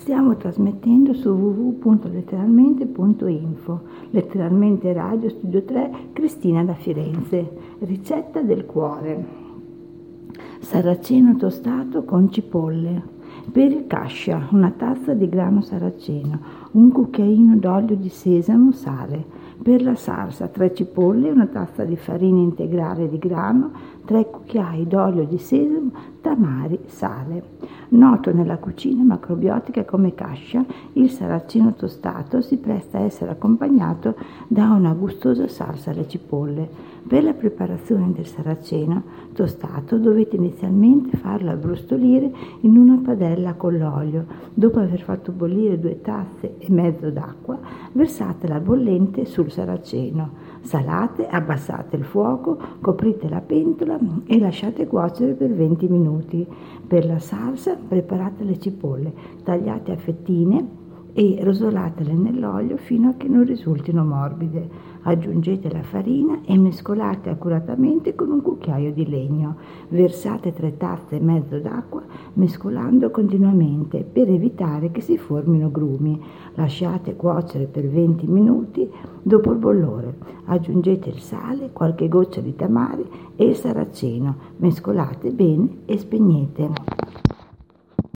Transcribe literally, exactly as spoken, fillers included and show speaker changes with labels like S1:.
S1: Stiamo trasmettendo su w w w punto letteralmente punto info, letteralmente radio studio tre, Cristina da Firenze. Ricetta del cuore: saraceno tostato con cipolle. Per il cascia, una tazza di grano saraceno, un cucchiaino d'olio di sesamo, sale. Per la salsa, tre cipolle, una tazza di farina integrale di grano, tre cucchiai d'olio di sesamo, tamari, sale. Noto nella cucina macrobiotica come cascia, il saraceno tostato si presta a essere accompagnato da una gustosa salsa alle cipolle. Per la preparazione del saraceno tostato dovete inizialmente farlo abbrustolire in una padella con l'olio. Dopo aver fatto bollire due tazze e mezzo d'acqua, versatela bollente sul saraceno. Salate, abbassate il fuoco, coprite la pentola e lasciate cuocere per venti minuti. Per la salsa preparate le cipolle, tagliate a fettine e rosolatele nell'olio fino a che non risultino morbide. Aggiungete la farina e mescolate accuratamente con un cucchiaio di legno. Versate tre tazze e mezzo d'acqua, mescolando continuamente per evitare che si formino grumi. Lasciate cuocere per venti minuti. Dopo il bollore aggiungete il sale, qualche goccia di tamari e il saraceno. Mescolate bene e spegnete.